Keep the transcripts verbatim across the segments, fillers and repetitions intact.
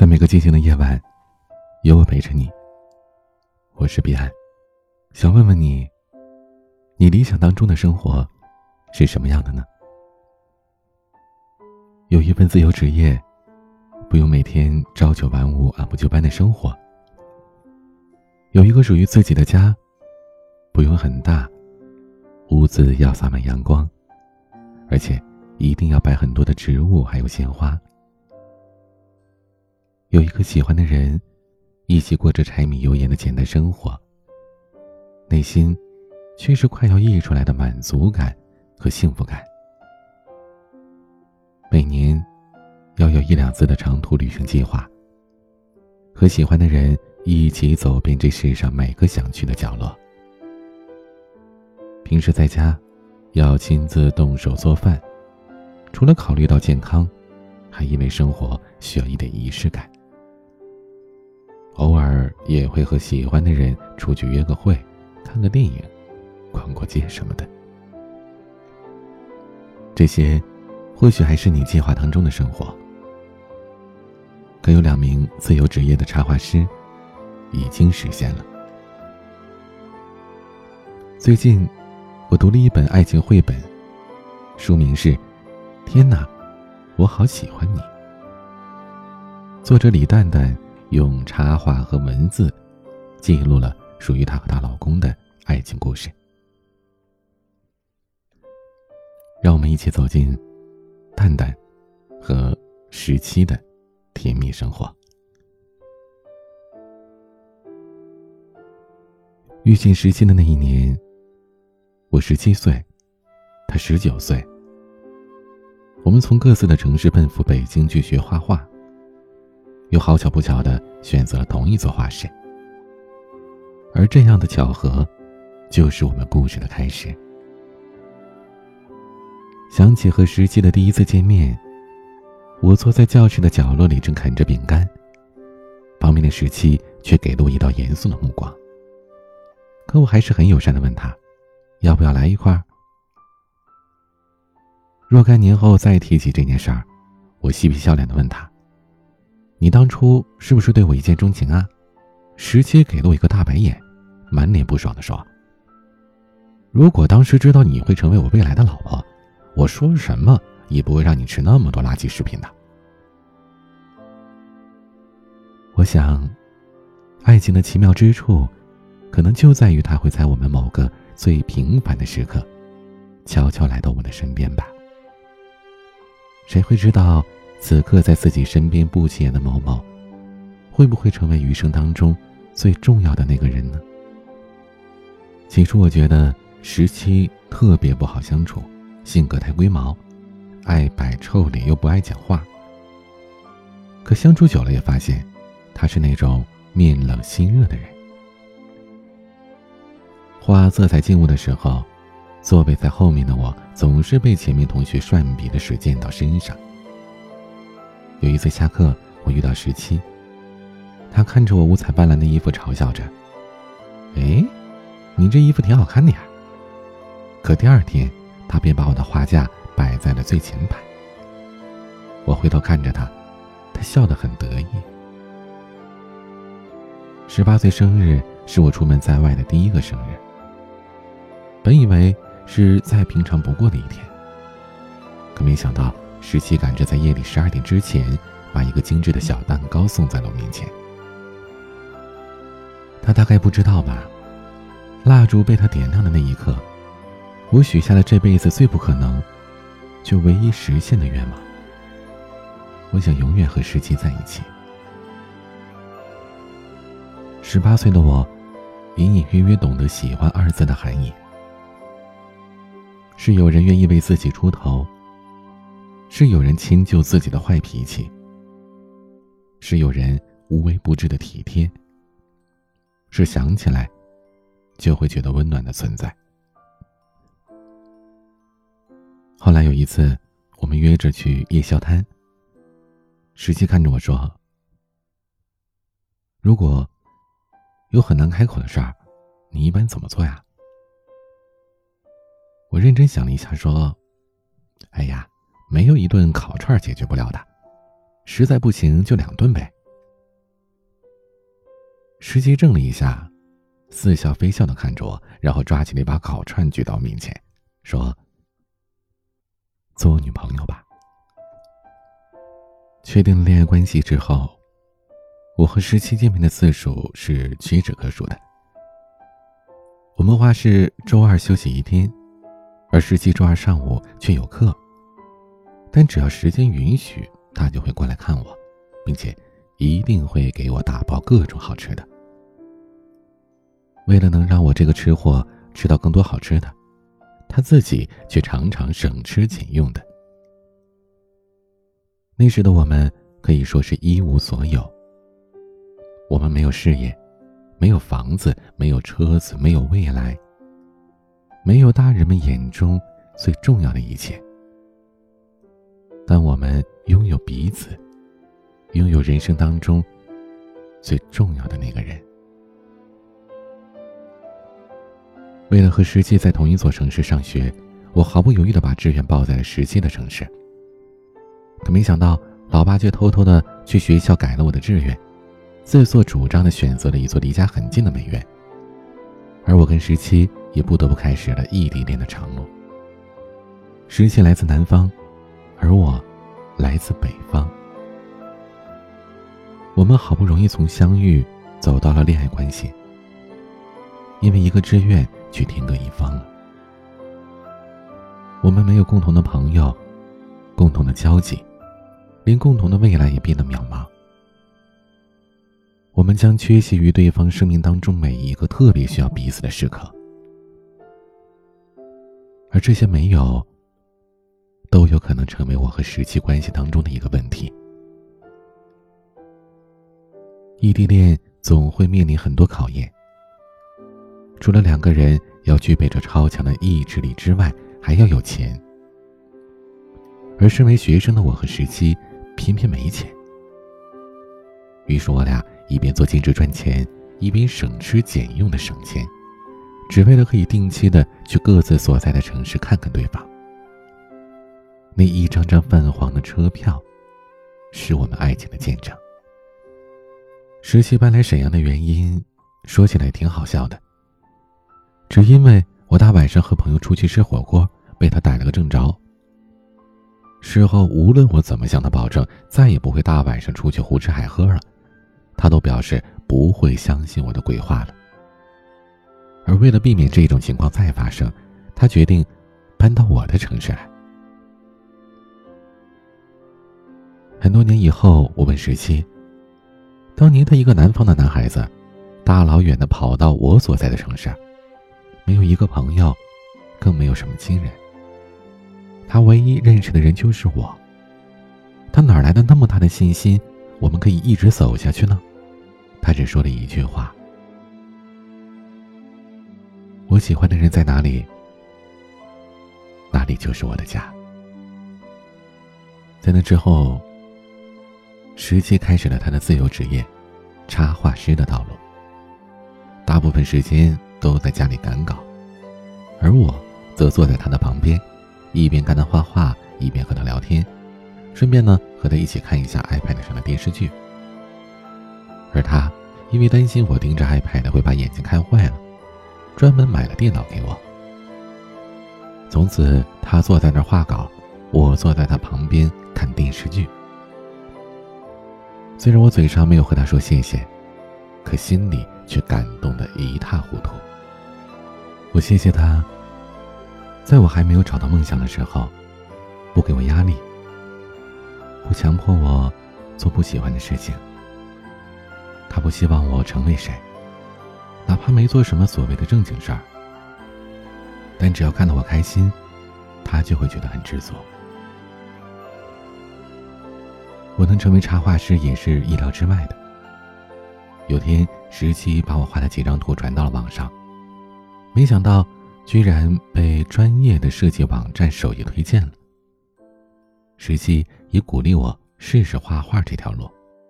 在每个寂静的夜晚，有我陪着你。我是彼岸，想问问你，你理想当中的生活是什么样的呢？有一份自由职业，不用每天朝九晚五按部就班的生活；有一个属于自己的家，不用很大，屋子要洒满阳光，而且一定要摆很多的植物还有鲜花。有一个喜欢的人，一起过着柴米油盐的简单生活，内心却是快要溢出来的满足感和幸福感。每年要有一两次的长途旅行计划，和喜欢的人一起走遍这世上每个想去的角落。平时在家要亲自动手做饭，除了考虑到健康，还因为生活需要一点仪式感。偶尔也会和喜欢的人出去约个会，看个电影，逛过街什么的。这些或许还是你计划当中的生活。可有两名自由职业的插画师已经实现了。最近我读了一本爱情绘本，书名是《天哪，我好喜欢你》。作者李蛋蛋用插画和文字记录了属于她和她老公的爱情故事。让我们一起走进蛋蛋和十七的甜蜜生活。遇见十七的那一年，我十七岁，他十九岁。我们从各自的城市奔赴北京去学画画，又好巧不巧地选择了同一座画室。而这样的巧合，就是我们故事的开始。想起和十七的第一次见面，我坐在教室的角落里正啃着饼干，旁边的十七却给了我一道严肃的目光。可我还是很友善地问他，要不要来一块儿？若干年后再提起这件事儿，我嬉皮笑脸地问他，你当初是不是对我一见钟情啊？十七给了我一个大白眼，满脸不爽地说，如果当时知道你会成为我未来的老婆，我说什么也不会让你吃那么多垃圾食品的。我想，爱情的奇妙之处，可能就在于它会在我们某个最平凡的时刻，悄悄来到我们的身边吧。谁会知道，此刻在自己身边不起眼的某某，会不会成为余生当中最重要的那个人呢？起初我觉得十七特别不好相处，性格太龟毛，爱摆臭脸又不爱讲话。可相处久了也发现，他是那种面冷心热的人。画色彩静物的时候，座位在后面的我总是被前面同学涮笔的水溅到身上。有一次下课，我遇到十七，他看着我五彩斑斓的衣服嘲笑着，诶，你这衣服挺好看的呀。可第二天他便把我的画架摆在了最前排。我回头看着他，他笑得很得意。十八岁生日是我出门在外的第一个生日，本以为是再平常不过的一天，可没想到十七赶着在夜里十二点之前把一个精致的小蛋糕送在了我面前。他大概不知道吧，蜡烛被他点亮的那一刻，我许下了这辈子最不可能却唯一实现的愿望。我想永远和十七在一起。十八岁的我隐隐约约懂得喜欢二字的含义，是有人愿意为自己出头，是有人迁就自己的坏脾气，是有人无微不至的体贴，是想起来就会觉得温暖的存在。后来有一次我们约着去夜宵摊，十七看着我说，如果有很难开口的事儿，你一般怎么做呀？我认真想了一下说，哎呀，没有一顿烤串解决不了的，实在不行就两顿呗， 石七怔了一下，似笑非笑地看着我，然后抓起那把烤串举到我面前，说：“做我女朋友吧。”确定了恋爱关系之后，我和石七见面的次数是屈指可数的。我们画室周二休息一天，而石七周二上午却有课，但只要时间允许，他就会过来看我，并且一定会给我打包各种好吃的。为了能让我这个吃货吃到更多好吃的，他自己却常常省吃俭用的。那时的我们可以说是一无所有，我们没有事业，没有房子，没有车子，没有未来，没有大人们眼中最重要的一切，但我们拥有彼此，拥有人生当中最重要的那个人。为了和石七在同一座城市上学，我毫不犹豫地把志愿报在了石七的城市。可没想到，老爸却偷偷地去学校改了我的志愿，自作主张地选择了一座离家很近的美院。而我跟石七也不得不开始了异地恋的长路。石七来自南方，而我来自北方。我们好不容易从相遇走到了恋爱关系，因为一个志愿去天各一方了。我们没有共同的朋友，共同的交集，连共同的未来也变得渺茫。我们将缺席于对方生命当中每一个特别需要彼此的时刻，而这些没有，都有可能成为我和石七关系当中的一个问题。异地恋总会面临很多考验，除了两个人要具备着超强的意志力之外，还要有钱。而身为学生的我和石七偏偏没钱，于是我俩一边做兼职赚钱，一边省吃俭用的省钱，只为了可以定期的去各自所在的城市看看对方。那一张张泛黄的车票，是我们爱情的见证。石七搬来沈阳的原因，说起来也挺好笑的，只因为我大晚上和朋友出去吃火锅，被他逮了个正着。事后无论我怎么向他保证再也不会大晚上出去胡吃海喝了，他都表示不会相信我的鬼话了。而为了避免这种情况再发生，他决定搬到我的城市来。很多年以后，我问石七，当年他一个南方的男孩子，大老远的跑到我所在的城市，没有一个朋友，更没有什么亲人，他唯一认识的人就是我，他哪来的那么大的信心，我们可以一直走下去呢？他只说了一句话：我喜欢的人在哪里，哪里就是我的家。在那之后，石七开始了他的自由职业插画师的道路，大部分时间都在家里赶稿，而我则坐在他的旁边，一边跟他画画，一边和他聊天，顺便呢和他一起看一下 iPad 上的电视剧。而他因为担心我盯着 iPad 会把眼睛看坏了，专门买了电脑给我。从此他坐在那儿画稿，我坐在他旁边看电视剧。虽然我嘴上没有和他说谢谢，可心里却感动得一塌糊涂。我谢谢他，在我还没有找到梦想的时候，不给我压力，不强迫我做不喜欢的事情。他不希望我成为谁，哪怕没做什么所谓的正经事儿，但只要看到我开心，他就会觉得很知足。我能成为插画师也是意料之外的。有天石七把我画的几张图传到了网上，没想到居然被专业的设计网站首页推荐了。石七也鼓励我试试画画这条路。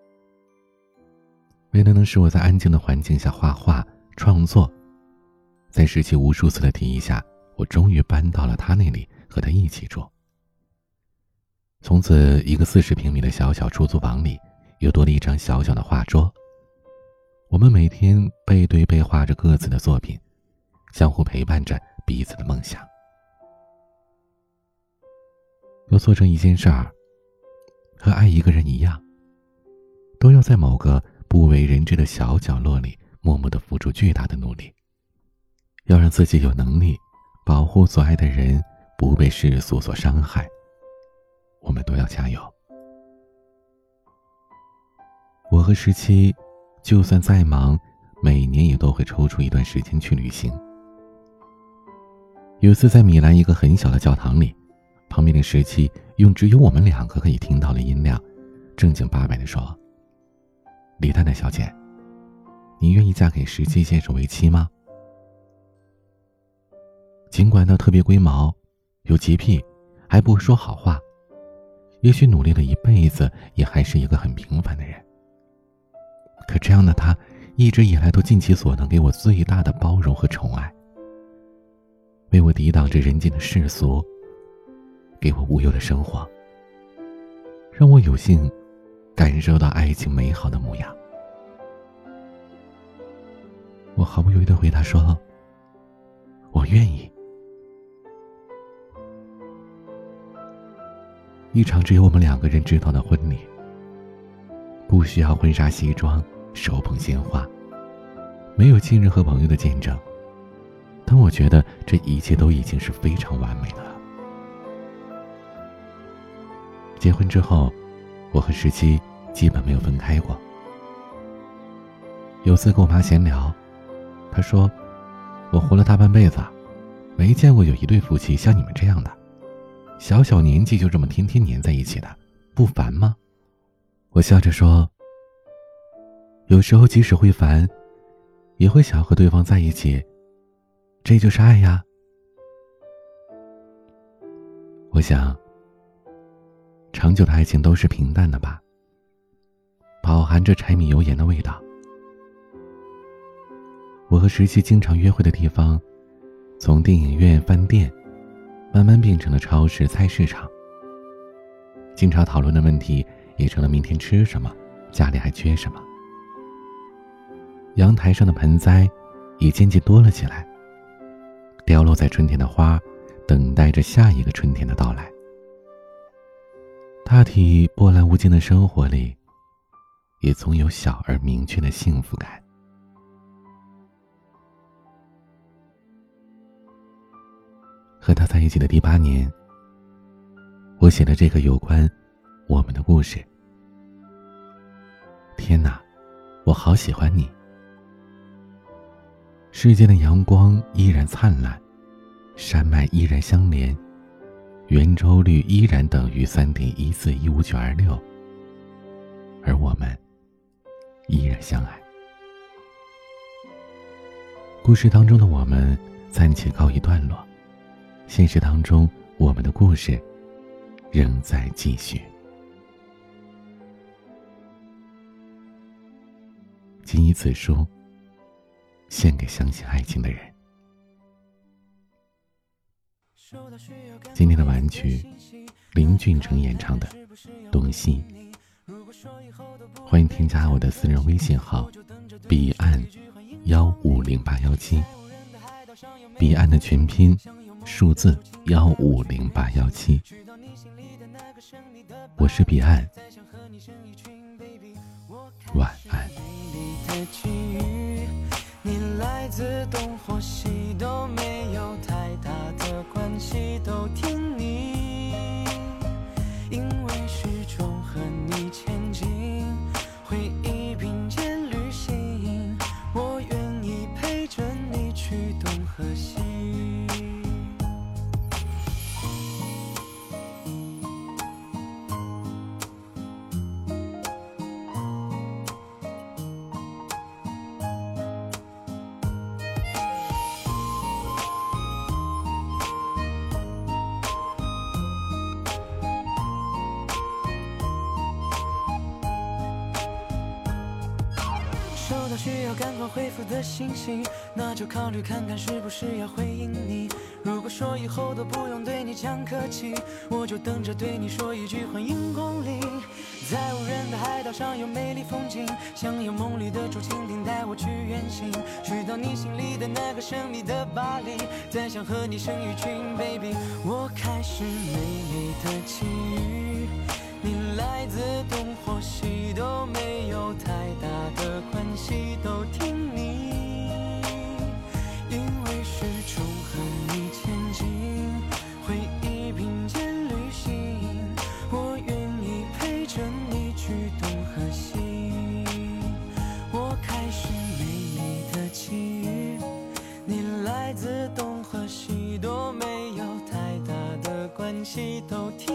为了能使我在安静的环境下画画创作，在石七无数次的提议下，我终于搬到了他那里和他一起住。从此，一个四十平米的小小出租房里，又多了一张小小的画桌。 我们每天背对背画着各自的作品，相互陪伴着彼此的梦想。要做成一件事儿，和爱一个人一样，都要在某个不为人知的小角落里默默地付出巨大的努力，要让自己有能力保护所爱的人不被世俗所伤害。我们都要加油。我和十七就算再忙，每年也都会抽出一段时间去旅行。有次在米兰一个很小的教堂里，旁边的十七用只有我们两个可以听到的音量，正经八百地说：“李太太小姐，你愿意嫁给十七先生为妻吗？”尽管他特别龟毛，有洁癖，还不会说好话，也许努力了一辈子，也还是一个很平凡的人。可这样的他，一直以来都尽其所能给我最大的包容和宠爱，为我抵挡着人间的世俗，给我无忧的生活，让我有幸感受到爱情美好的模样。我毫不犹豫地回答说：“我愿意。”一场只有我们两个人知道的婚礼，不需要婚纱西装，手捧鲜花，没有亲人和朋友的见证，但我觉得这一切都已经是非常完美的了。结婚之后，我和十七基本没有分开过。有次跟我妈闲聊，她说：“我活了大半辈子，没见过有一对夫妻像你们这样的，小小年纪就这么天天黏在一起的，不烦吗？”我笑着说：“有时候即使会烦，也会想和对方在一起，这就是爱呀。”我想，长久的爱情都是平淡的吧，饱含着柴米油盐的味道。我和十七经常约会的地方，从电影院、饭店，慢慢变成了超市、菜市场。经常讨论的问题也成了明天吃什么，家里还缺什么。阳台上的盆栽也渐渐多了起来，掉落在春天的花，等待着下一个春天的到来。大体波澜无惊的生活里，也总有小而明确的幸福感。和他在一起的第八年，我写了这个有关我们的故事。天哪，我好喜欢你。世间的阳光依然灿烂，山脉依然相连，圆周率依然等于 三点一四一五九二六， 而我们依然相爱。故事当中的我们暂且告一段落，现实当中我们的故事仍在继续。谨以此书献给相信爱情的人。今天的晚曲，林俊成演唱的《东西》。欢迎添加我的私人微信号彼岸幺五零八幺七，彼岸的全拼数字幺五零八幺七。我是彼岸，晚安。 你来自东或西都没有太大的关系，都听你，因为始终和你前进，回忆并肩旅行，我愿意陪着你去东和西。收到需要赶快回复的信息，那就考虑看看是不是要回应你。 如果说以后都不用对你讲客气，我就等着对你说一句欢迎光临。在无人的海岛上有美丽风景，想有梦里的竹蜻蜓带我去远行，去到你心里的那个神秘的巴黎，再想和你生一群 baby。 我开始美丽的际遇，你来自东或西都没有太大的关系，都听你，因为始终和你前进，回忆并肩旅行，我愿意陪着你去东和西。我开始美丽的际遇，你来自东和西都没有太大的关系，都听